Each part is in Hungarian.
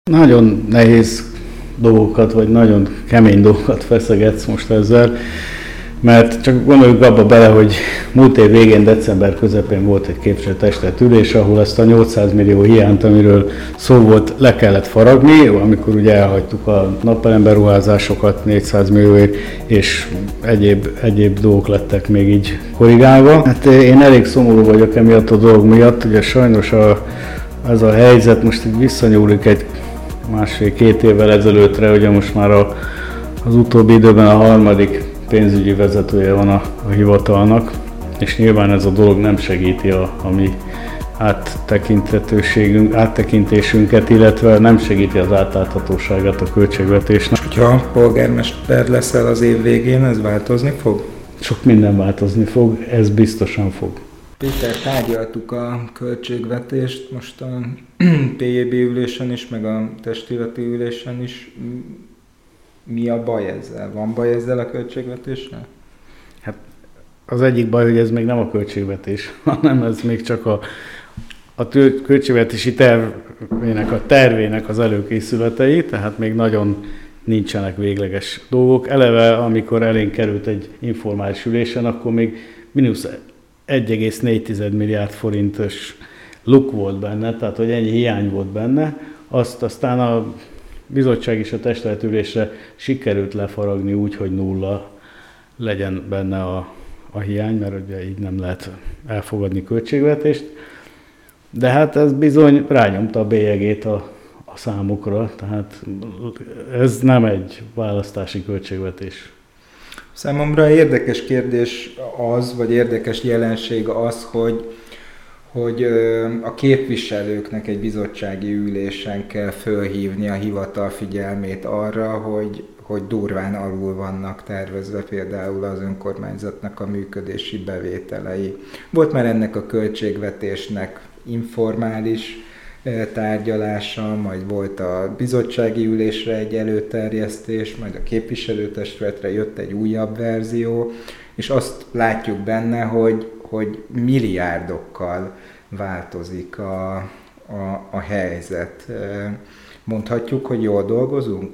Nagyon nehéz dolgokat, vagy nagyon kemény dolgokat feszegetsz most ezzel, mert csak gondoljuk abba bele, hogy múlt év végén, december közepén volt egy képviselőtestület ülés, ahol ezt a 800 millió hiányt, amiről szó volt, le kellett faragni, amikor ugye elhagytuk a napelemberuházásokat 400 millióért, és egyéb dolgok lettek még így korrigálva. Hát én elég szomorú vagyok emiatt a dolog miatt, ugye sajnos ez a helyzet most így visszanyúlik egy másfél-két évvel ezelőttre, ugye most már az utóbbi időben a harmadik pénzügyi vezetője van a hivatalnak, és nyilván ez a dolog nem segíti a mi áttekintésünket, illetve nem segíti az átláthatóságát a költségvetésnek. Ha polgármester leszel az év végén, ez változni fog? Sok minden változni fog, ez biztosan fog. Péter, tárgyaltuk a költségvetést most a PJB ülésen is, meg a testületi ülésen is. Mi a baj ezzel? Van baj ezzel a költségvetéssel? Hát az egyik baj, hogy ez még nem a költségvetés, hanem ez még csak a költségvetési tervének az előkészületei, tehát még nagyon nincsenek végleges dolgok. Eleve, amikor elénk került egy informális ülésen, akkor még mínusz 1,4 milliárd forintos luk volt benne, tehát hogy ennyi hiány volt benne, azt aztán a bizottság és a testületülésre sikerült lefaragni úgy, hogy nulla legyen benne a hiány, mert ugye így nem lehet elfogadni költségvetést. De hát ez bizony rányomta a bélyegét a számukra, tehát ez nem egy választási költségvetés. Számomra érdekes kérdés az, vagy érdekes jelenség az, hogy a képviselőknek egy bizottsági ülésen kell fölhívni a hivatal figyelmét arra, hogy durván alul vannak tervezve például az önkormányzatnak a működési bevételei. Volt már ennek a költségvetésnek informális tárgyalása, majd volt a bizottsági ülésre egy előterjesztés, majd a képviselőtestületre jött egy újabb verzió, és azt látjuk benne, hogy milliárdokkal változik a helyzet. Mondhatjuk, hogy jól dolgozunk?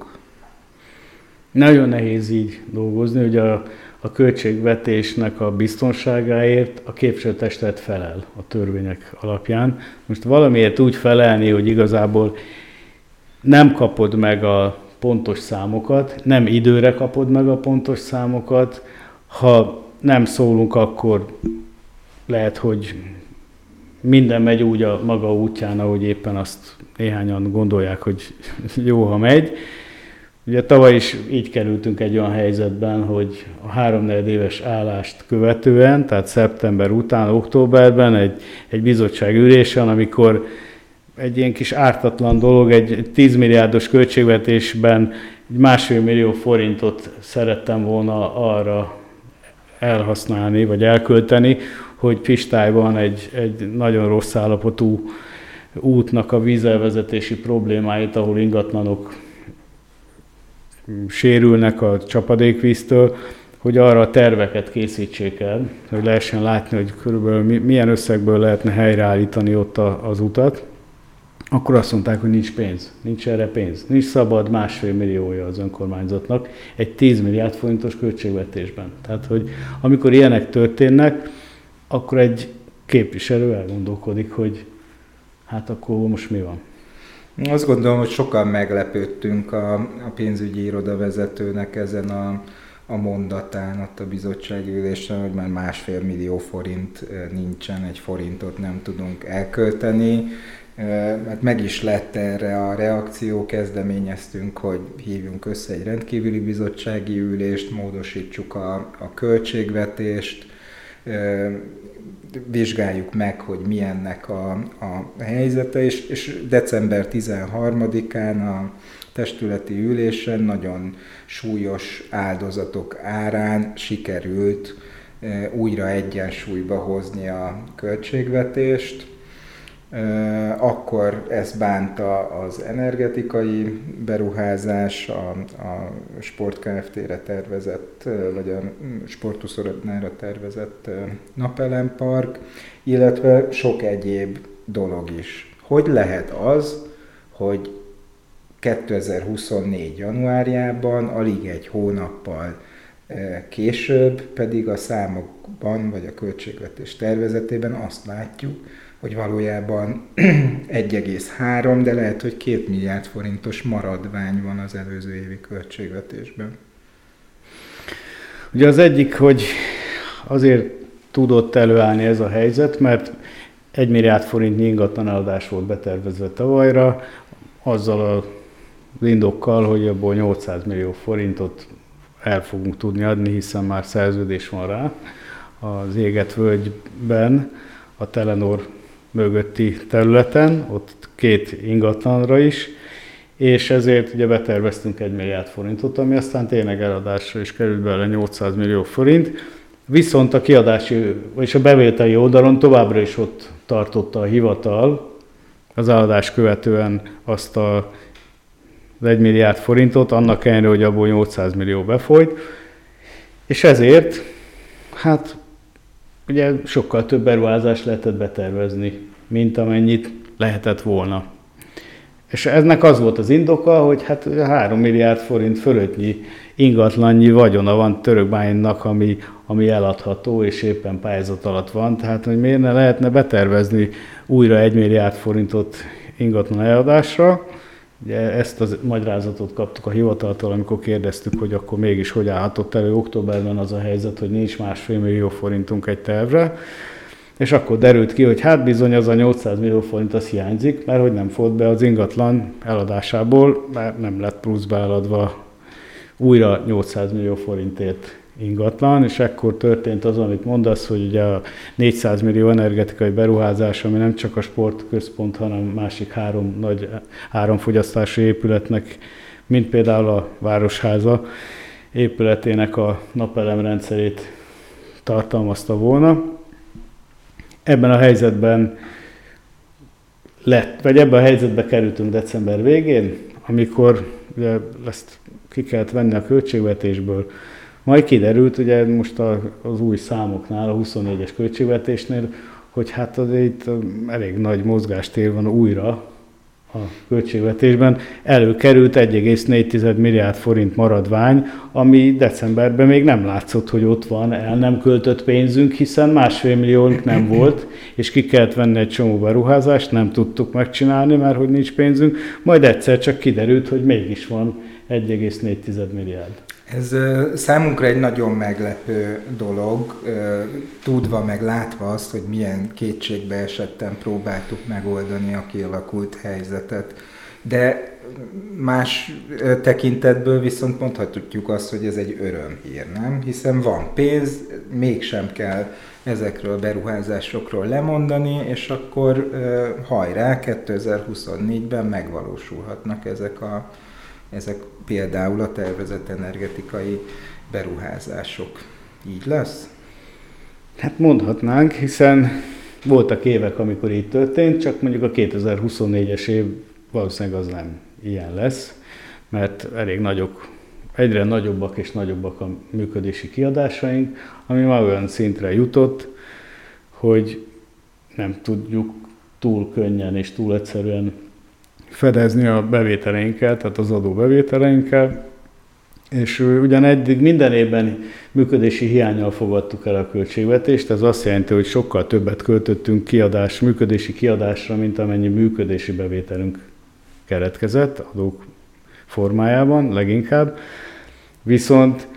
Nagyon nehéz így dolgozni, hogy a költségvetésnek a biztonságáért a képviselőtestület felel a törvények alapján. Most valamiért úgy felelni, hogy igazából nem kapod meg a pontos számokat, nem időre kapod meg a pontos számokat, ha nem szólunk, akkor lehet, hogy minden megy úgy a maga útján, ahogy éppen azt néhányan gondolják, hogy jó, ha megy. Ugye tavaly is így kerültünk egy olyan helyzetben, hogy a 3-4 éves állást követően, tehát szeptember után, októberben egy bizottság ülésen, amikor egy ilyen kis ártatlan dolog, egy 10 milliárdos költségvetésben egy 1,5 millió forintot szerettem volna arra elhasználni, vagy elkölteni, hogy Pistályban egy nagyon rossz állapotú útnak a vízelvezetési problémáit, ahol ingatlanok sérülnek a csapadékvíztől, hogy arra a terveket készítsék el, hogy lehessen látni, hogy körülbelül milyen összegből lehetne helyreállítani ott az utat. Akkor azt mondták, hogy nincs pénz, nincs erre pénz. Nincs szabad 1,5 milliója az önkormányzatnak egy 10 milliárd forintos költségvetésben. Tehát, hogy amikor ilyenek történnek, akkor egy képviselő elgondolkodik, hogy hát akkor most mi van. Azt gondolom, hogy sokan meglepődtünk a pénzügyi iroda vezetőnek ezen a mondatán, ott a bizottsági ülésen, hogy már 1,5 millió forint nincsen, egy forintot nem tudunk elkölteni. Hát meg is lett erre a reakció, kezdeményeztünk, hogy hívjunk össze egy rendkívüli bizottsági ülést, módosítsuk a költségvetést, vizsgáljuk meg, hogy milyennek a helyzete, és december 13-án a testületi ülésen nagyon súlyos áldozatok árán sikerült újra egyensúlyba hozni a költségvetést. Akkor ezt bánta az energetikai beruházás, a Sport Kft-re tervezett, vagy a Sportuszorodnára tervezett napelempark, illetve sok egyéb dolog is. Hogy lehet az, hogy 2024. januárjában, alig egy hónappal később pedig a számokban, vagy a költségvetés tervezetében azt látjuk, hogy valójában 1,3, de lehet, hogy 2 milliárd forintos maradvány van az előző évi költségvetésben. Ugye az egyik, hogy azért tudott előállni ez a helyzet, mert 1 milliárd forintnyi ingatlan eladás volt betervezve tavalyra, azzal az indokkal, hogy abból 800 millió forintot el fogunk tudni adni, hiszen már szerződés van rá az Éget völgyben, a Telenor mögötti területen, ott 2 ingatlanra is, és ezért ugye beterveztünk 1 milliárd forintot, ami aztán tényleg eladásra is került bele 800 millió forint, viszont a kiadási, és a bevételi oldalon továbbra is ott tartotta a hivatal az eladás követően azt az 1 milliárd forintot, annak ellenére, hogy abból 800 millió befolyt, és ezért, hát ugye sokkal több beruházást lehetett betervezni, mint amennyit lehetett volna. És ennek az volt az indoka, hogy hát 3 milliárd forint fölöttnyi ingatlannyi vagyona van Törökbálinnak, ami eladható, és éppen pályázat alatt van. Tehát, hogy miért ne lehetne betervezni újra 1 milliárd forintot ingatlan eladásra. Ugye ezt a magyarázatot kaptuk a hivataltól, amikor kérdeztük, hogy akkor mégis hogy állhatott elő októberben az a helyzet, hogy nincs 1,5 millió forintunk egy tervre. És akkor derült ki, hogy hát bizony az a 800 millió forint az hiányzik, mert hogy nem folyt be az ingatlan eladásából, mert nem lett pluszba eladva újra 800 millió forintért ingatlan, és ekkor történt az, amit mondasz, hogy ugye a 400 millió energetikai beruházás, ami nem csak a sportközpont, hanem másik 3 nagy áramfogyasztási épületnek, mint például a Városháza épületének a napelemrendszerét tartalmazta volna. Ebben a helyzetben ebben a helyzetbe kerültünk december végén, amikor ugye ezt ki kellett venni a költségvetésből. Majd kiderült, ugye most az új számoknál, a 24-es költségvetésnél, hogy hát azért itt elég nagy mozgástér van újra a költségvetésben. Előkerült 1,4 milliárd forint maradvány, ami decemberben még nem látszott, hogy ott van, el nem költött pénzünk, hiszen 1,5 milliónk nem volt, és ki kellett venni egy csomó beruházást, nem tudtuk megcsinálni, mert hogy nincs pénzünk. Majd egyszer csak kiderült, hogy mégis van 1,4 milliárd. Ez számunkra egy nagyon meglepő dolog, tudva meg látva azt, hogy milyen kétségbe esetten próbáltuk megoldani a kialakult helyzetet. De más tekintetből viszont mondhatjuk azt, hogy ez egy örömhír, nem? Hiszen van pénz, mégsem kell ezekről a beruházásokról lemondani, és akkor hajrá, 2024-ben megvalósulhatnak ezek például a tervezett energetikai beruházások. Így lesz? Hát mondhatnánk, hiszen voltak évek, amikor így történt, csak mondjuk a 2024-es év valószínűleg az nem ilyen lesz, mert egyre nagyobbak és nagyobbak a működési kiadásaink, ami már olyan szintre jutott, hogy nem tudjuk túl könnyen és túl egyszerűen fedezni a bevételeinkkel, tehát az adóbevételeinkkel, és ugyan eddig minden évben működési hiánnyal fogadtuk el a költségvetést, ez azt jelenti, hogy sokkal többet költöttünk működési kiadásra, mint amennyi működési bevételünk keletkezett, adók formájában leginkább, viszont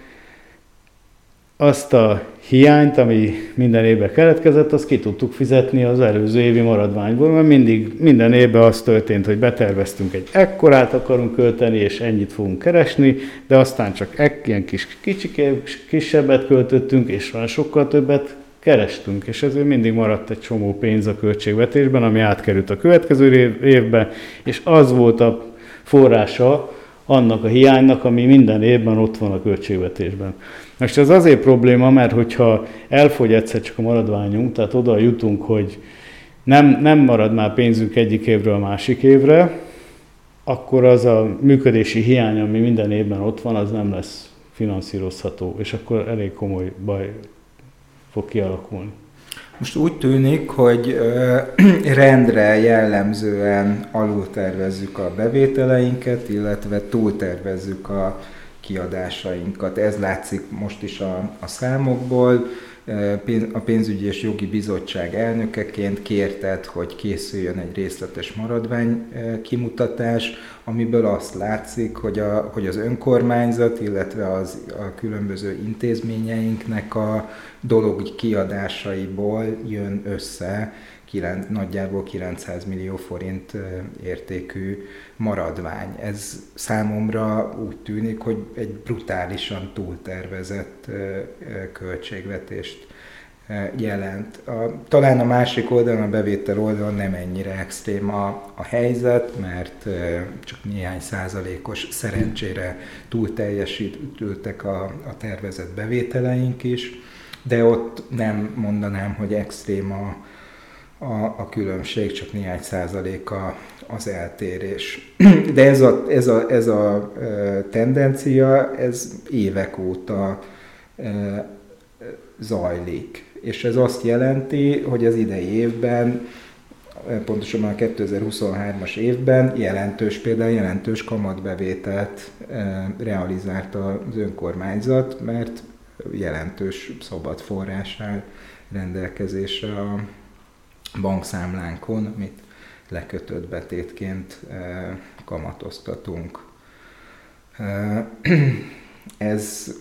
azt a hiányt, ami minden évben keletkezett, azt ki tudtuk fizetni az előző évi maradványból, mert minden évben az történt, hogy beterveztünk ekkorát akarunk költeni, és ennyit fogunk keresni, de aztán csak ilyen kisebbet költöttünk, és már sokkal többet kerestünk, és ezért mindig maradt egy csomó pénz a költségvetésben, ami átkerült a következő évbe, és az volt a forrása annak a hiánynak, ami minden évben ott van a költségvetésben. Most ez azért probléma, mert hogyha elfogy egyszer csak a maradványunk, tehát oda jutunk, hogy nem marad már pénzünk egyik évről a másik évre, akkor az a működési hiány, ami minden évben ott van, az nem lesz finanszírozható, és akkor elég komoly baj fog kialakulni. Most úgy tűnik, hogy rendre jellemzően alultervezzük a bevételeinket, illetve túltervezzük a kiadásainkat. Ez látszik most is a számokból. A pénzügyi és jogi bizottság elnökeként kérted, hogy készüljön egy részletes maradvány kimutatás, amiből azt látszik, hogy az önkormányzat, illetve a különböző intézményeinknek a dologi kiadásaiból jön össze nagyjából 900 millió forint értékű maradvány. Ez számomra úgy tűnik, hogy egy brutálisan túltervezett költségvetést jelent. Talán a másik oldalon, a bevétel oldalon nem ennyire extrém a helyzet, mert csak néhány százalékos szerencsére túl teljesítődtek a tervezett bevételeink is, de ott nem mondanám, hogy extrém a különbség, csak néhány százaléka az eltérés. De ez a tendencia, ez évek óta zajlik. És ez azt jelenti, hogy az idei évben, pontosabban a 2023-as évben jelentős kamatbevételt realizált az önkormányzat, mert jelentős szabad forrás áll rendelkezésre a bankszámlánkon, amit lekötött betétként kamatoztatunk. Ez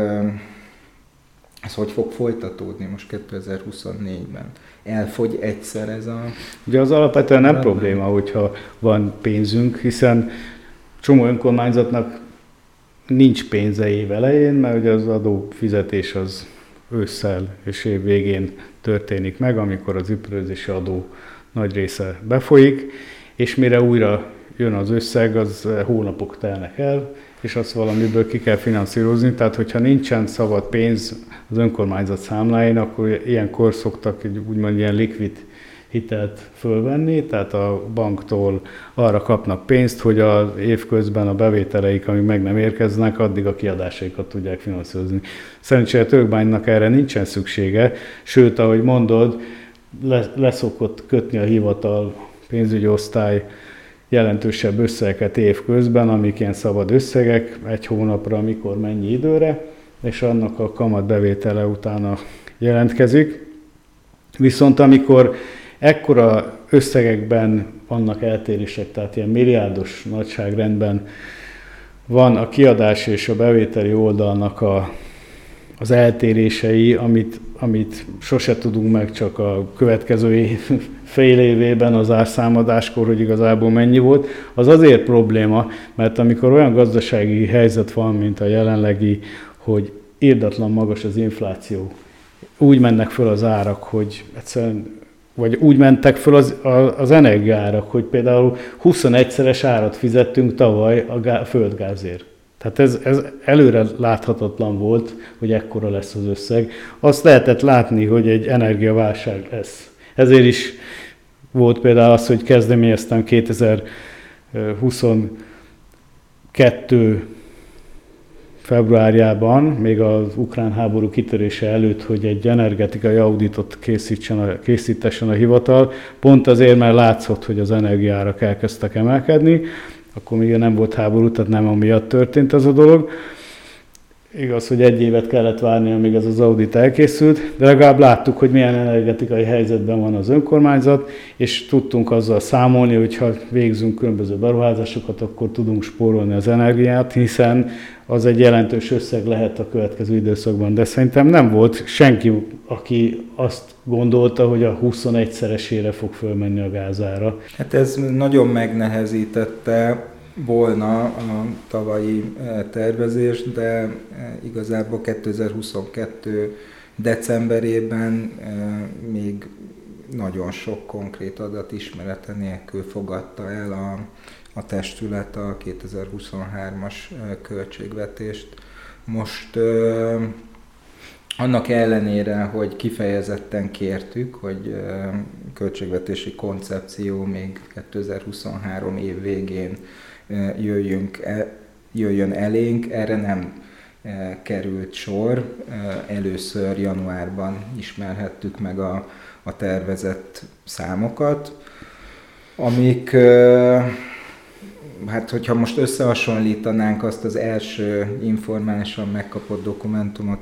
hogy fog folytatódni most 2024-ben? Elfogy egyszer ez a... Ugye az alapvetően nem probléma, hogyha van pénzünk, hiszen csomó önkormányzatnak nincs pénze év elején, mert ugye az adófizetés az ősszel és év végén történik meg, amikor az üprőzési adó nagy része befolyik, és mire újra jön az összeg, az hónapok telnek el, és azt valamiből ki kell finanszírozni, tehát hogyha nincsen szabad pénz az önkormányzat számláin, akkor ilyenkor szoktak úgymond ilyen likvid hitelt fölvenni, tehát a banktól arra kapnak pénzt, hogy az évközben a bevételeik, amíg meg nem érkeznek, addig a kiadásaikat tudják finanszírozni. Szerencsére Törökbánynak erre nincsen szüksége, sőt, ahogy mondod, leszokott kötni a hivatal, pénzügyi osztály jelentősebb összegeket évközben, amik ilyen szabad összegek, egy hónapra, mikor, mennyi időre, és annak a kamatbevétele utána jelentkezik. Viszont amikor ekkora összegekben vannak eltérések, tehát ilyen milliárdos nagyságrendben van a kiadás és a bevételi oldalnak az eltérései, amit sose tudunk meg, csak a következő év, fél évében az árszámadáskor, hogy igazából mennyi volt, az azért probléma, mert amikor olyan gazdasági helyzet van, mint a jelenlegi, hogy irdatlan magas az infláció, úgy mennek föl az árak, hogy egyszerűen, vagy úgy mentek föl az energiaárak, hogy például 21-szeres árat fizettünk tavaly a földgázért. Tehát ez előre láthatatlan volt, hogy ekkora lesz az összeg. Azt lehetett látni, hogy egy energiaválság lesz. Ezért is volt például az, hogy kezdeményeztem 2022 februárjában, még az ukrán háború kitörése előtt, hogy egy energetikai auditot készítessen a hivatal, pont azért, mert látszott, hogy az energiaárak elkezdtek emelkedni, akkor még nem volt háború, tehát nem amiatt történt ez a dolog. Igaz, hogy egy évet kellett várni, amíg ez az audit elkészült, de legalább láttuk, hogy milyen energetikai helyzetben van az önkormányzat, és tudtunk azzal számolni, hogy ha végzünk különböző beruházásokat, akkor tudunk spórolni az energiát, hiszen az egy jelentős összeg lehet a következő időszakban. De szerintem nem volt senki, aki azt gondolta, hogy a 21-szeresére fog fölmenni a gázára. Hát ez nagyon megnehezítette volna a tavalyi tervezést, de igazából 2022 decemberében még nagyon sok konkrét adat ismerete nélkül fogadta el a testület a 2023-as költségvetést. Most annak ellenére, hogy kifejezetten kértük, hogy költségvetési koncepció még 2023 év végén jöjjön elénk, erre nem került sor. Először januárban ismerhettük meg a tervezett számokat, amik, hát hogyha most összehasonlítanánk azt az első informálisan megkapott dokumentumot,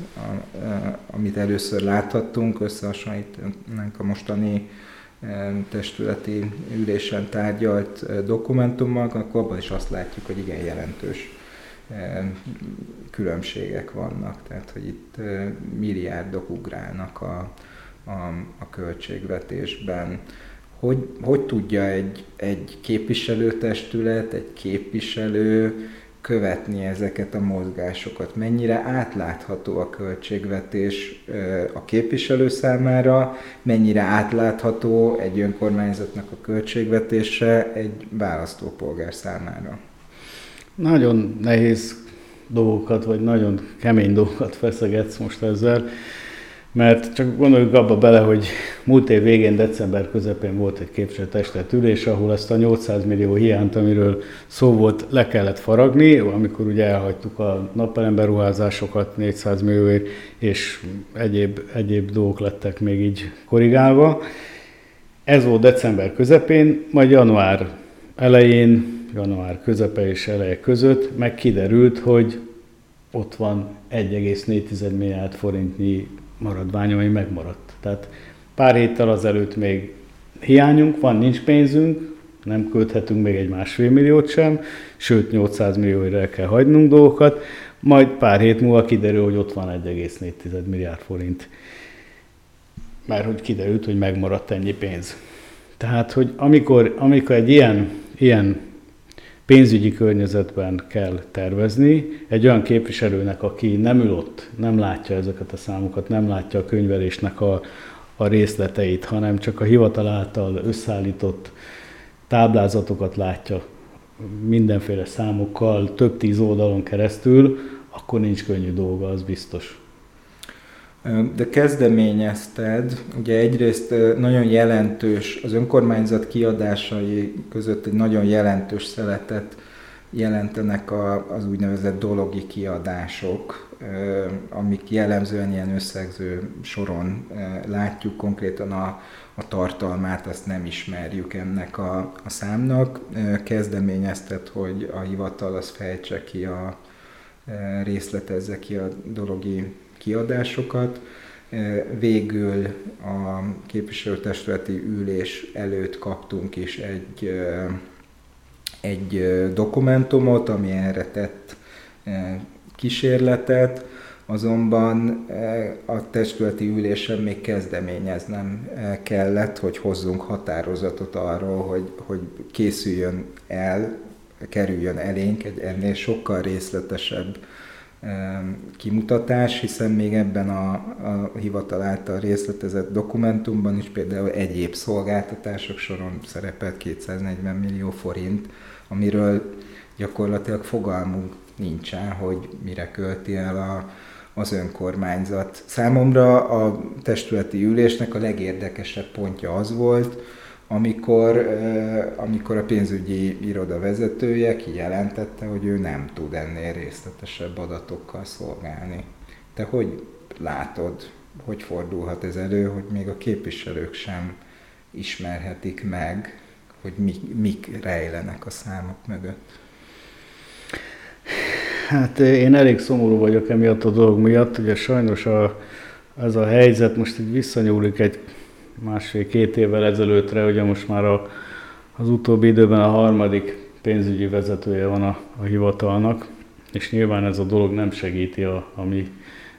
amit először láthattunk, összehasonlítanánk a mostani testületi ülésen tárgyalt dokumentummal, akkor abban is azt látjuk, hogy igen jelentős különbségek vannak, tehát hogy itt milliárdok ugrálnak a költségvetésben. Hogy tudja egy képviselőtestület, egy képviselő követni ezeket a mozgásokat? Mennyire átlátható a költségvetés a képviselő számára, mennyire átlátható egy önkormányzatnak a költségvetése egy választópolgár számára? Nagyon nehéz dolgokat, vagy nagyon kemény dolgokat feszegetsz most ezzel, mert csak gondoljuk abba bele, hogy múlt év végén, december közepén volt egy képviselőtestület ülés, ahol ezt a 800 millió hiányt, amiről szó volt, le kellett faragni, amikor ugye elhagytuk a napelemberuházásokat 400 millióért, és egyéb dolgok lettek még így korrigálva. Ez volt december közepén, majd január elején, január közepe és eleje között meg kiderült, hogy ott van 1,4 milliárd forintnyi maradvány, ami megmaradt. Tehát pár héttel azelőtt még hiányunk van, nincs pénzünk, nem költhetünk még egy 1,5 milliót sem, sőt 800 millióra el kell hagynunk dolgokat, majd pár hét múlva kiderül, hogy ott van 1,4 milliárd forint. Mert hogy kiderült, hogy megmaradt ennyi pénz. Tehát, hogy amikor egy ilyen pénzügyi környezetben kell tervezni, egy olyan képviselőnek, aki nem ül ott, nem látja ezeket a számokat, nem látja a könyvelésnek a részleteit, hanem csak a hivatal által összeállított táblázatokat látja mindenféle számokkal, több 10 oldalon keresztül, akkor nincs könnyű dolga, az biztos. De kezdeményezted, ugye egyrészt nagyon jelentős, az önkormányzat kiadásai között egy nagyon jelentős szeletet jelentenek az úgynevezett dologi kiadások, amik jellemzően ilyen összegző soron látjuk, konkrétan a tartalmát, azt nem ismerjük ennek a számnak. Kezdeményezted, hogy a hivatal az fejtse ki, részletezze ki a dologi kiadásokat. Végül a képviselőtestületi ülés előtt kaptunk is egy dokumentumot, ami erre tett kísérletet, azonban a testületi ülésen még kezdeményeznem kellett, hogy hozzunk határozatot arról, hogy készüljön el, kerüljön elénk egy ennél sokkal részletesebb kimutatás, hiszen még ebben a hivatal által részletezett dokumentumban is például egyéb szolgáltatások soron szerepelt 240 millió forint, amiről gyakorlatilag fogalmunk nincsen, hogy mire költi el az önkormányzat. Számomra a testületi ülésnek a legérdekesebb pontja az volt, amikor a pénzügyi iroda vezetője kijelentette, hogy ő nem tud ennél részletesebb adatokkal szolgálni. Te hogy látod, hogy fordulhat ez elő, hogy még a képviselők sem ismerhetik meg, hogy mik rejlenek a számok mögött? Hát én elég szomorú vagyok emiatt a dolog miatt, ugye sajnos ez a helyzet most így visszanyúlik egy 1,5-2 évvel ezelőttre, ugye most már az utóbbi időben a harmadik pénzügyi vezetője van a hivatalnak, és nyilván ez a dolog nem segíti a mi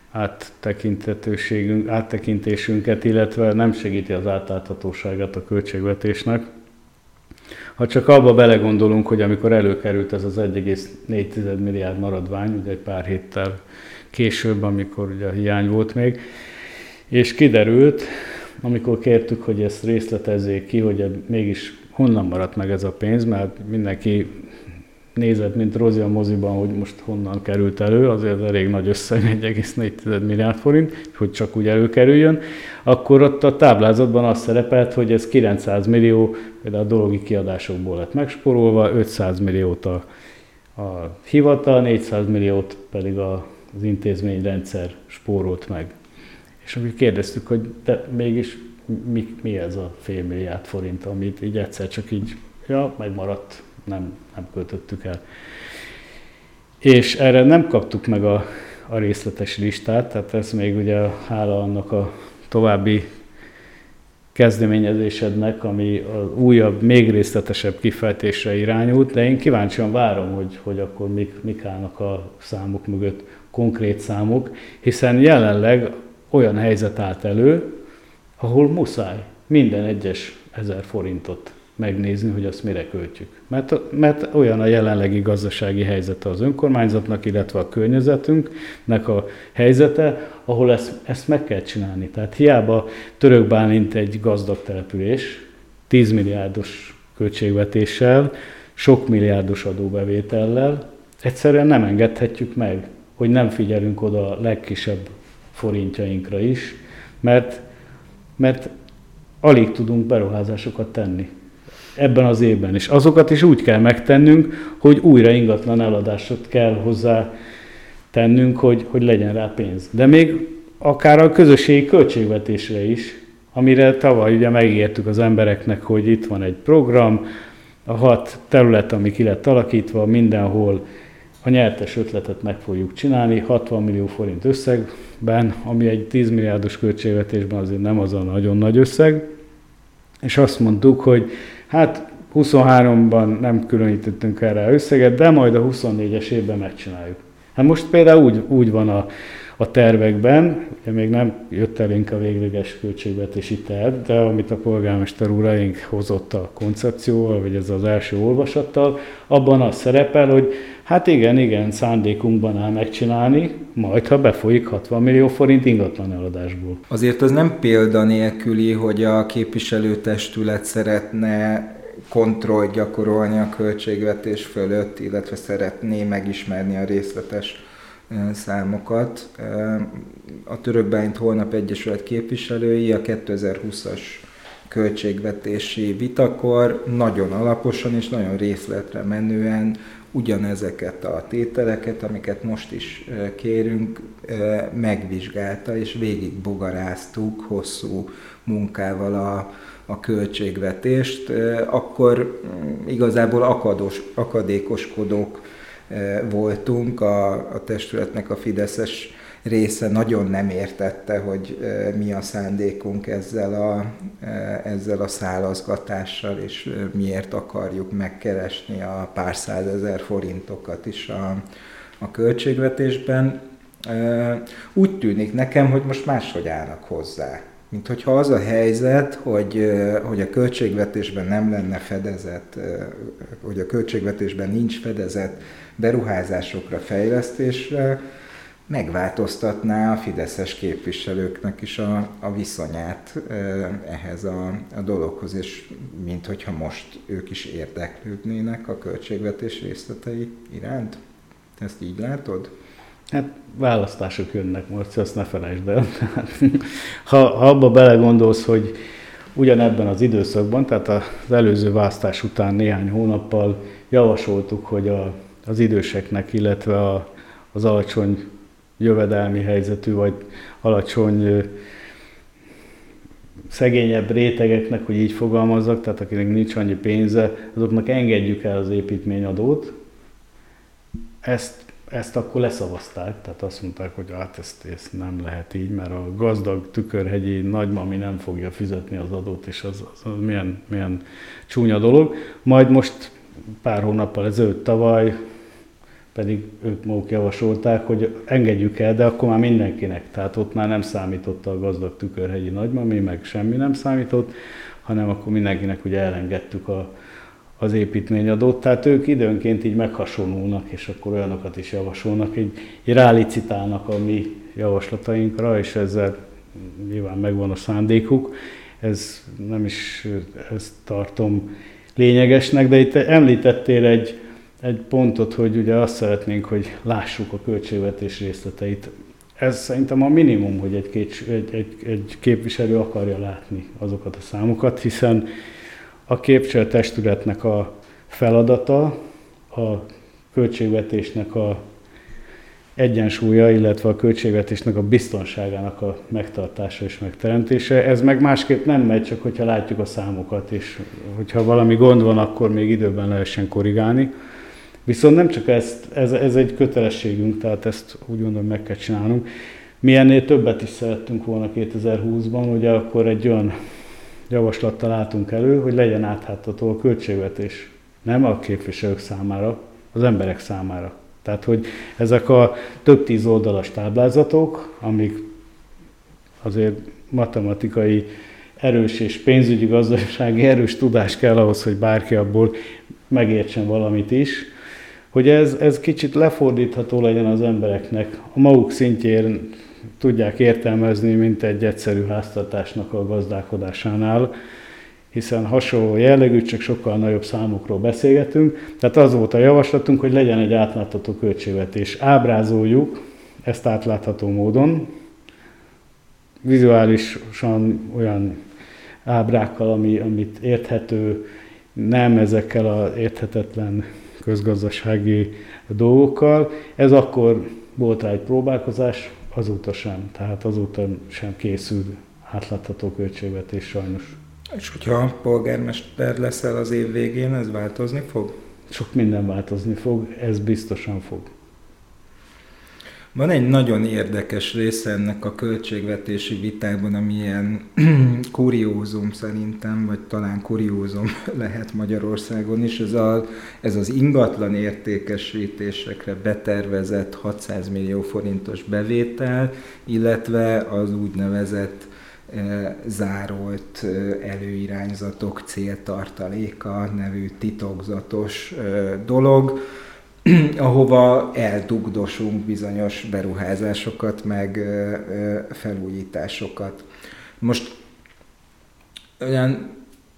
áttekintésünket, illetve nem segíti az átláthatóságát a költségvetésnek. Ha csak abba belegondolunk, hogy amikor előkerült ez az 1,4 milliárd maradvány, ugye egy pár héttel később, amikor ugye a hiány volt még, és kiderült, amikor kértük, hogy ezt részletezzék ki, hogy mégis honnan maradt meg ez a pénz, mert mindenki nézett, mint Rozi a moziban, hogy most honnan került elő, azért elég nagy összeg, 1,4 milliárd forint, hogy csak úgy előkerüljön, akkor ott a táblázatban az szerepelt, hogy ez 900 millió, például a dologi kiadásokból lett megspórolva, 500 milliót a a hivatal, 400 milliót pedig az intézményrendszer spórolt meg. És akkor kérdeztük, hogy de mégis mi ez a fél milliárd forint, amit így egyszer csak így, megmaradt, nem költöttük el. És erre nem kaptuk meg a részletes listát, tehát ez még ugye hála annak a további kezdeményezésednek, ami az újabb, még részletesebb kifejtésre irányult, de én kíváncsian várom, hogy akkor mik állnak a számok mögött, konkrét számok, hiszen jelenleg olyan helyzet állt elő, ahol muszáj minden egyes 1000 forintot megnézni, hogy azt mire költjük. Mert olyan a jelenlegi gazdasági helyzete az önkormányzatnak, illetve a környezetünknek a helyzete, ahol ezt meg kell csinálni. Tehát hiába Török Bálint egy gazdag település, 10 milliárdos költségvetéssel, sok milliárdos adóbevétellel, egyszerűen nem engedhetjük meg, hogy nem figyelünk oda a legkisebb forintjainkra is, mert alig tudunk beruházásokat tenni ebben az évben. És azokat is úgy kell megtennünk, hogy újra ingatlan eladásot kell hozzá tennünk, hogy legyen rá pénz. De még akár a közösségi költségvetésre is, amire tavaly ugye megígértük az embereknek, hogy itt van egy program, a 6 terület, ami ki lett alakítva, mindenhol a nyertes ötletet meg fogjuk csinálni, 60 millió forint összegben, ami egy 10 milliárdos költségvetésben azért nem az a nagyon nagy összeg. És azt mondtuk, hogy hát 23-ban nem különítettünk erre összeget, de majd a 24-es évben megcsináljuk. Hát most például úgy van a tervekben, ugye még nem jött elénk a végleges költségvetési terv, de amit a polgármester úraink hozott a koncepcióval, vagy ez az első olvasattal, abban az szerepel, hogy hát igen, szándékunkban áll megcsinálni, majd ha befolyik 60 millió forint ingatlan eladásból. Azért az nem példanélküli, hogy a képviselőtestület szeretne kontrollt gyakorolni a költségvetés fölött, illetve szeretné megismerni a részletes számokat. A Török Bálint Holnap Egyesület képviselői a 2020-as költségvetési vitakor nagyon alaposan és nagyon részletre menően ugyanezeket a tételeket, amiket most is kérünk, megvizsgálta, és végig bogaráztuk hosszú munkával a költségvetést. Akkor igazából akadékoskodók voltunk, a testületnek a fideszes része nagyon nem értette, hogy mi a szándékunk ezzel a szálazgatással, és miért akarjuk megkeresni a pár százezer forintokat is a költségvetésben. Úgy tűnik nekem, hogy most máshogy állnak hozzá. Mint hogyha az a helyzet, hogy a költségvetésben nem lenne fedezet, hogy a költségvetésben nincs fedezet beruházásokra, fejlesztésre, megváltoztatná a fideszes képviselőknek is a viszonyát ehhez a dologhoz, és minthogyha most ők is érdeklődnének a költségvetés részletei iránt. Ezt így látod? Hát választások jönnek, Marci, azt ne felejtsd el. Ha abba belegondolsz, hogy ugyanebben az időszakban, tehát az előző választás után néhány hónappal javasoltuk, hogy az időseknek, illetve az alacsony jövedelmi helyzetű, vagy alacsony szegényebb rétegeknek, hogy így fogalmazzak, tehát akinek nincs annyi pénze, azoknak engedjük el az építményadót. Ezt akkor leszavazták, tehát azt mondták, hogy hát ezt nem lehet így, mert a gazdag tükörhegyi nagymami nem fogja fizetni az adót, és az milyen csúnya dolog. Majd most pár hónappal ezelőtt tavaly pedig ők maguk javasolták, hogy engedjük el, de akkor már mindenkinek. Tehát ott már nem számított a gazdag tükörhegyi nagymami, meg semmi nem számított, hanem akkor mindenkinek ugye elengedtük az építményadót. Tehát ők időnként így meghasonulnak, és akkor olyanokat is javasolnak, így rálicitálnak a mi javaslatainkra, és ezzel nyilván megvan a szándékuk. Ez nem is ezt tartom lényegesnek, de itt említettél egy pontot, hogy ugye azt szeretnénk, hogy lássuk a költségvetés részleteit. Ez szerintem a minimum, hogy egy képviselő akarja látni azokat a számokat, hiszen a képviselőtestületnek a feladata a költségvetésnek a egyensúlya, illetve a költségvetésnek a biztonságának a megtartása és megteremtése. Ez meg másképp nem megy, csak hogyha látjuk a számokat, és hogyha valami gond van, akkor még időben lehessen korrigálni. Viszont nem csak ez egy kötelességünk, tehát ezt úgy gondolom meg kell csinálnunk. Mi ennél többet is szerettünk volna 2020-ban, ugye akkor egy olyan javaslattal álltunk elő, hogy legyen átlátható a költségvetés. Nem a képviselők számára, az emberek számára. Tehát, hogy ezek a több 10 oldalas táblázatok, amik azért matematikai erős és pénzügyi gazdasági erős tudás kell ahhoz, hogy bárki abból megértsen valamit is, hogy ez kicsit lefordítható legyen az embereknek, a maguk szintjén tudják értelmezni, mint egy egyszerű háztartásnak a gazdálkodásánál, hiszen hasonló jellegű, csak sokkal nagyobb számokról beszélgetünk. Tehát az volt a javaslatunk, hogy legyen egy átlátható költségvetés. Ábrázoljuk ezt átlátható módon, vizuálisan olyan ábrákkal, amit érthető, nem ezekkel az érthetetlen közgazdasági dolgokkal. Ez akkor volt rá egy próbálkozás, azóta sem. Tehát azóta sem készül átlátható költségvetés sajnos. És hogyha polgármester leszel az év végén, ez változni fog? Sok minden változni fog, ez biztosan fog. Van egy nagyon érdekes része ennek a költségvetési vitában, ami ilyen kuriózum szerintem, vagy talán kuriózum lehet Magyarországon is, ez az ingatlan értékesítésekre betervezett 600 millió forintos bevétel, illetve az úgynevezett zárolt előirányzatok céltartaléka nevű titokzatos dolog, ahova eldugdosunk bizonyos beruházásokat, meg felújításokat. Most olyan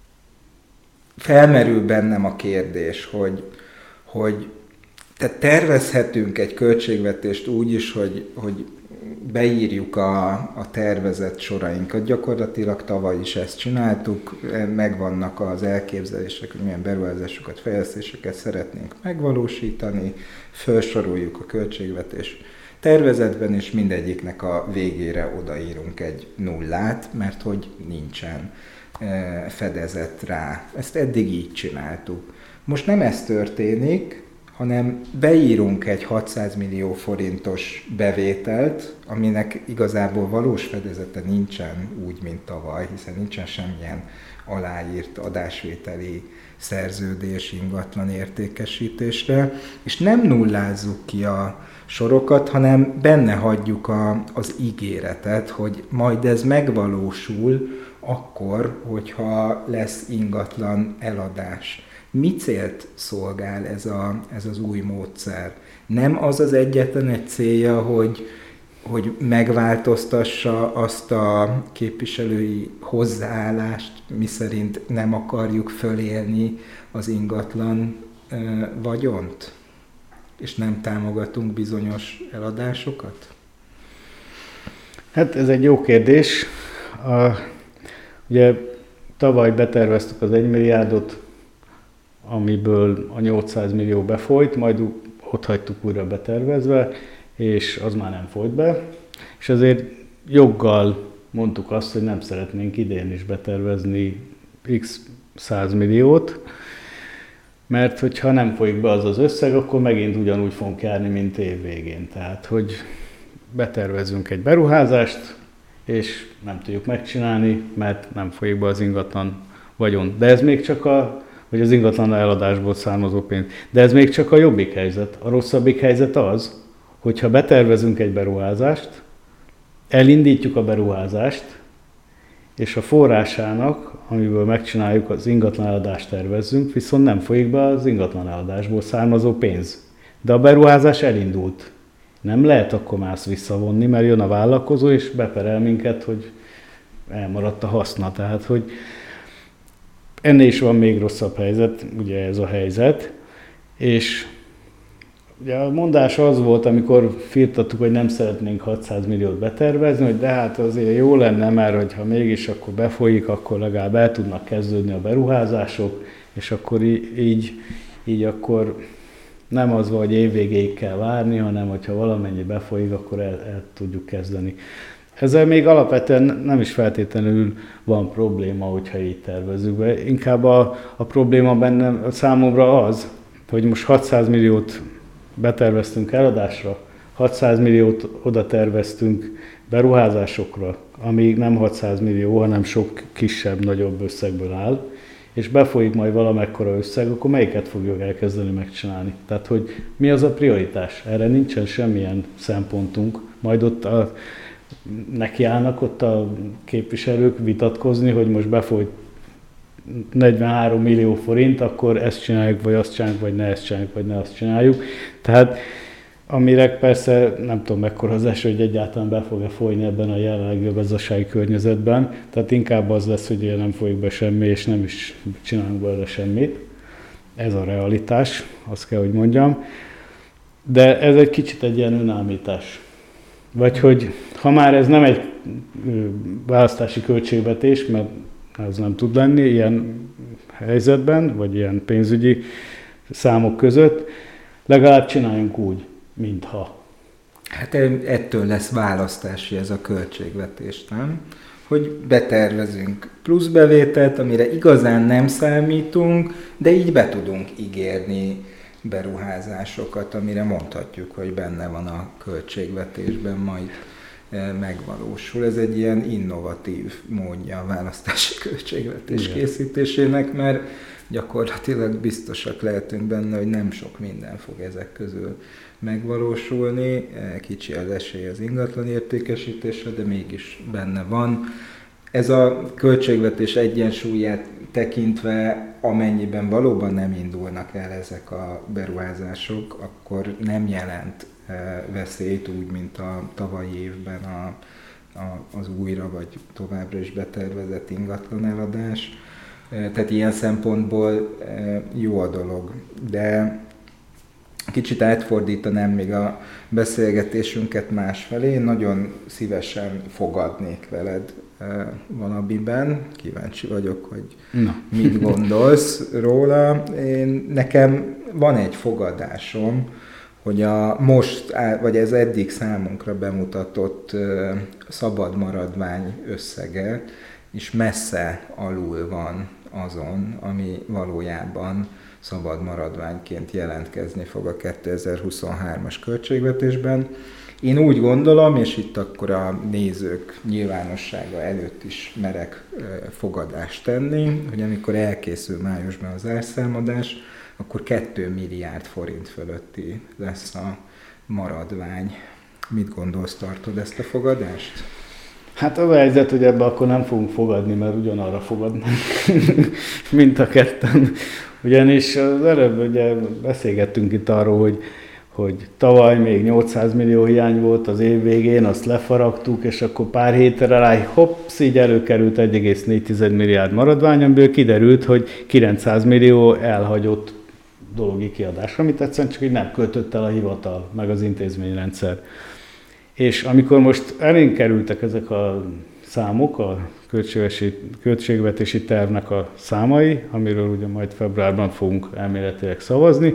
felmerül bennem a kérdés, hogy tehát tervezhetünk egy költségvetést úgy is, hogy beírjuk a tervezett sorainkat. Gyakorlatilag tavaly is ezt csináltuk, megvannak az elképzelések, hogy milyen beruházásokat, fejlesztéseket szeretnénk megvalósítani, felsoroljuk a költségvetés tervezetben, és mindegyiknek a végére odaírunk egy nullát, mert hogy nincsen fedezet rá. Ezt eddig így csináltuk. Most nem ez történik, hanem beírunk egy 600 millió forintos bevételt, aminek igazából valós fedezete nincsen úgy, mint tavaly, hiszen nincsen semmilyen aláírt adásvételi szerződés ingatlan értékesítésre, és nem nullázzuk ki a sorokat, hanem benne hagyjuk az ígéretet, hogy majd ez megvalósul akkor, hogyha lesz ingatlan eladás. Mi célt szolgál ez az új módszer? Nem az az egyetlen egy célja, hogy megváltoztassa azt a képviselői hozzáállást, miszerint nem akarjuk fölélni az ingatlan vagyont, és nem támogatunk bizonyos eladásokat? Hát ez egy jó kérdés. Ugye tavaly beterveztük az 1 milliárdot, amiből a 800 millió befolyt, majd ott hagytuk újra betervezve, és az már nem folyt be. És azért joggal mondtuk azt, hogy nem szeretnénk idén is betervezni x 100 milliót, mert hogyha nem folyik be az összeg, akkor megint ugyanúgy fogunk járni, mint év végén. Tehát, hogy betervezünk egy beruházást, és nem tudjuk megcsinálni, mert nem folyik be az ingatlan vagyon. De ez még csak vagy az ingatlan eladásból származó pénz. De ez még csak a jobbik helyzet. A rosszabbik helyzet az, hogyha betervezünk egy beruházást, elindítjuk a beruházást, és a forrásának, amiből megcsináljuk, az ingatlan eladást tervezzünk, viszont nem folyik be az ingatlan eladásból származó pénz. De a beruházás elindult. Nem lehet akkor már ezt visszavonni, mert jön a vállalkozó, és beperel minket, hogy elmaradt a haszna. Tehát, hogy ennél is van még rosszabb helyzet, ugye ez a helyzet, és ugye a mondás az volt, amikor firtattuk, hogy nem szeretnénk 600 milliót betervezni, hogy de hát azért jó lenne, mert ha mégis akkor befolyik, akkor legalább el tudnak kezdődni a beruházások, és akkor így akkor Nem az, hogy évvégéig kell várni, hanem hogyha valamennyi befolyik, akkor el tudjuk kezdeni. Ezzel még alapvetően nem is feltétlenül van probléma, hogyha így tervezzük be. Inkább a probléma bennem számomra az, hogy most 600 milliót beterveztünk eladásra, 600 milliót oda terveztünk beruházásokra, ami nem 600 millió, hanem sok kisebb, nagyobb összegből áll, és befolyik majd valamekkora összeg, akkor melyiket fogjuk elkezdeni megcsinálni? Tehát, hogy mi az a prioritás? Erre nincsen semmilyen szempontunk. Majd ott nekiállnak ott a képviselők vitatkozni, hogy most befolyt 43 millió forint, akkor ezt csináljuk, vagy azt csináljuk, vagy ne ezt csináljuk, vagy ne azt csináljuk. Tehát amire persze nem tudom mekkora az esély, hogy egyáltalán be fog-e folyni ebben a jelenlegi gazdasági környezetben. Tehát inkább az lesz, hogy nem folyik be semmi, és nem is csinálunk belőle semmit. Ez a realitás, azt kell, hogy mondjam. De ez egy kicsit egy ilyen önállítás. Vagy hogy ha már ez nem egy választási költségvetés, mert ez nem tud lenni ilyen helyzetben, vagy ilyen pénzügyi számok között, legalább csináljunk úgy, mintha. Hát ettől lesz választási ez a költségvetés, nem? Hogy betervezünk plusz bevételt, amire igazán nem számítunk, de így be tudunk ígérni beruházásokat, amire mondhatjuk, hogy benne van a költségvetésben, majd megvalósul. Ez egy ilyen innovatív módja a választási költségvetés készítésének, mert gyakorlatilag biztosak lehetünk benne, hogy nem sok minden fog ezek közül megvalósulni. Kicsi az esély az ingatlan értékesítésre, de mégis benne van. Ez a költségvetés egyensúlyát tekintve, amennyiben valóban nem indulnak el ezek a beruházások, akkor nem jelent veszélyt úgy, mint a tavalyi évben az újra vagy továbbra is betervezett ingatlan eladás. Tehát ilyen szempontból jó a dolog. De kicsit átfordítanám még a beszélgetésünket másfelé. Én nagyon szívesen fogadnék veled valamiben. Kíváncsi vagyok, hogy mit gondolsz róla. Nekem van egy fogadásom, hogy vagy ez eddig számunkra bemutatott szabad maradvány összege is messze alul van azon, ami valójában szabad maradványként jelentkezni fog a 2023-as költségvetésben. Én úgy gondolom, és itt akkor a nézők nyilvánossága előtt is merek fogadást tenni, hogy amikor elkészül májusban az árszámadás, akkor 2 milliárd forint fölötti lesz a maradvány. Mit gondolsz, tartod ezt a fogadást? Hát az a helyzet, hogy ebbe akkor nem fogunk fogadni, mert ugyanarra fogadnánk, mint a ketten. Ugyanis az előbb ugye beszélgettünk itt arról, hogy tavaly még 800 millió hiány volt az év végén, azt lefaragtuk, és akkor pár hétre rá, hopsz, így előkerült 1,4 milliárd maradvány, amiből kiderült, hogy 900 millió elhagyott dologi kiadás, amit egyszerűen csak így nem költött el a hivatal, meg az intézményrendszer. És amikor most elénk kerültek ezek a számok, a költségvetési tervnek a számai, amiről ugye majd februárban fogunk elméletileg szavazni,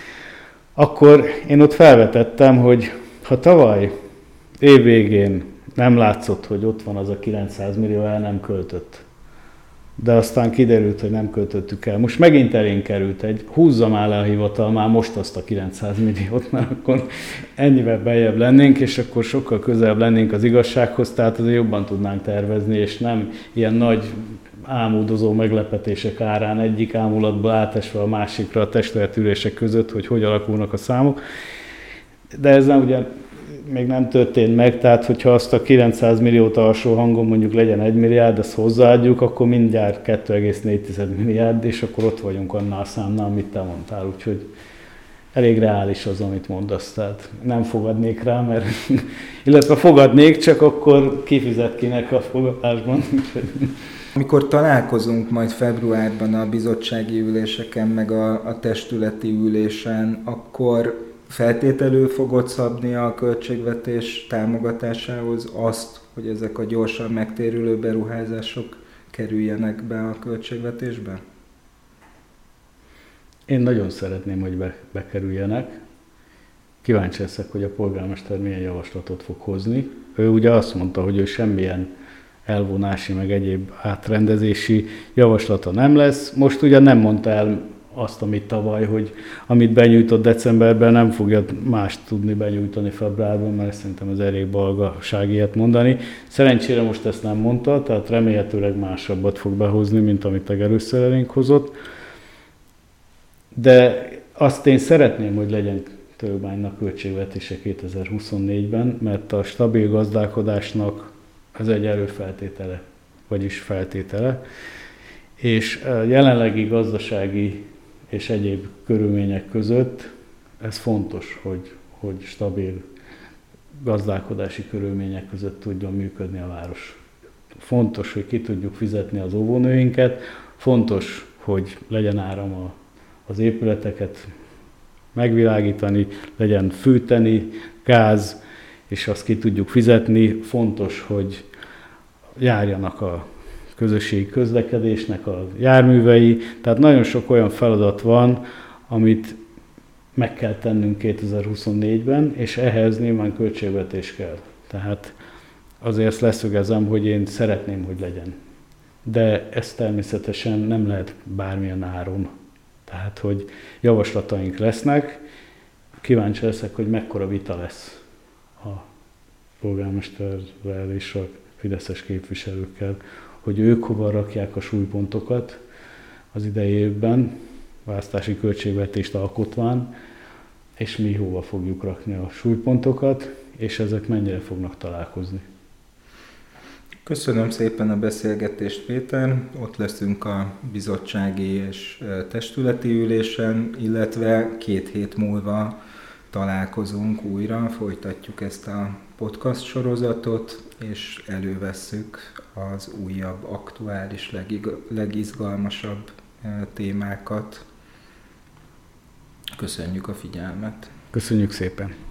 akkor én ott felvetettem, hogy ha tavaly évvégén nem látszott, hogy ott van az a 900 millió el nem költött, de aztán kiderült, hogy nem költöttük el. Most megint elénk került húzza már le a hivatal már most azt a 900 milliót, mert akkor ennyivel beljebb lennénk, és akkor sokkal közelebb lennénk az igazsághoz, tehát azért jobban tudnánk tervezni, és nem ilyen nagy álmodozó meglepetések árán egyik ámulatba átesve a másikra a testületülések között, hogy alakulnak a számok. De ez nem, ugye még nem történt meg, tehát hogyha azt a 900 milliót alsó hangon mondjuk legyen 1 milliárd, ezt hozzáadjuk, akkor mindjárt 2,4 milliárd, és akkor ott vagyunk annál a számnál, amit te mondtál, úgyhogy elég reális az, amit mondasz, tehát nem fogadnék rá, mert illetve fogadnék, csak akkor kifizet kinek a fogadásban. Amikor találkozunk majd februárban a bizottsági üléseken, meg a testületi ülésen, akkor feltételül fogod szabni a költségvetés támogatásához azt, hogy ezek a gyorsan megtérülő beruházások kerüljenek be a költségvetésbe? Én nagyon szeretném, hogy bekerüljenek. Kíváncsi leszek, hogy a polgármester milyen javaslatot fog hozni. Ő ugye azt mondta, hogy ő semmilyen elvonási, meg egyéb átrendezési javaslata nem lesz. Most ugye nem mondta el azt, amit tavaly, hogy amit benyújtott decemberben, nem fogja mást tudni benyújtani februárban, mert szerintem ez elég balgaság ilyet mondani. Szerencsére most ezt nem mondta, tehát remélhetőleg másabbat fog behozni, mint amit először elénk hozott. De azt én szeretném, hogy legyen Törökbánynak költségvetése 2024-ben, mert a stabil gazdálkodásnak ez egy előfeltétele, vagyis feltétele. És a jelenlegi gazdasági és egyéb körülmények között ez fontos, hogy stabil gazdálkodási körülmények között tudjon működni a város. Fontos, hogy ki tudjuk fizetni az óvónőinket, fontos, hogy legyen áram az épületeket megvilágítani, legyen fűteni, gáz, és azt ki tudjuk fizetni. Fontos, hogy járjanak a közösségi közlekedésnek a járművei. Tehát nagyon sok olyan feladat van, amit meg kell tennünk 2024-ben, és ehhez nyilván költségvetés kell. Tehát azért leszögezem, hogy én szeretném, hogy legyen. De ez természetesen nem lehet bármilyen áron. Tehát, hogy javaslataink lesznek, kíváncsi leszek, hogy mekkora vita lesz a polgármesterrel és a fideszes képviselőkkel, hogy ők hova rakják a súlypontokat az idei évben, választási költségvetést alkotván, és mi hova fogjuk rakni a súlypontokat, és ezek mennyire fognak találkozni. Köszönöm szépen a beszélgetést, Péter. Ott leszünk a bizottsági és testületi ülésen, illetve 2 hét múlva találkozunk újra, folytatjuk ezt a podcast sorozatot, és elővesszük az újabb, aktuális, legizgalmasabb témákat. Köszönjük a figyelmet! Köszönjük szépen!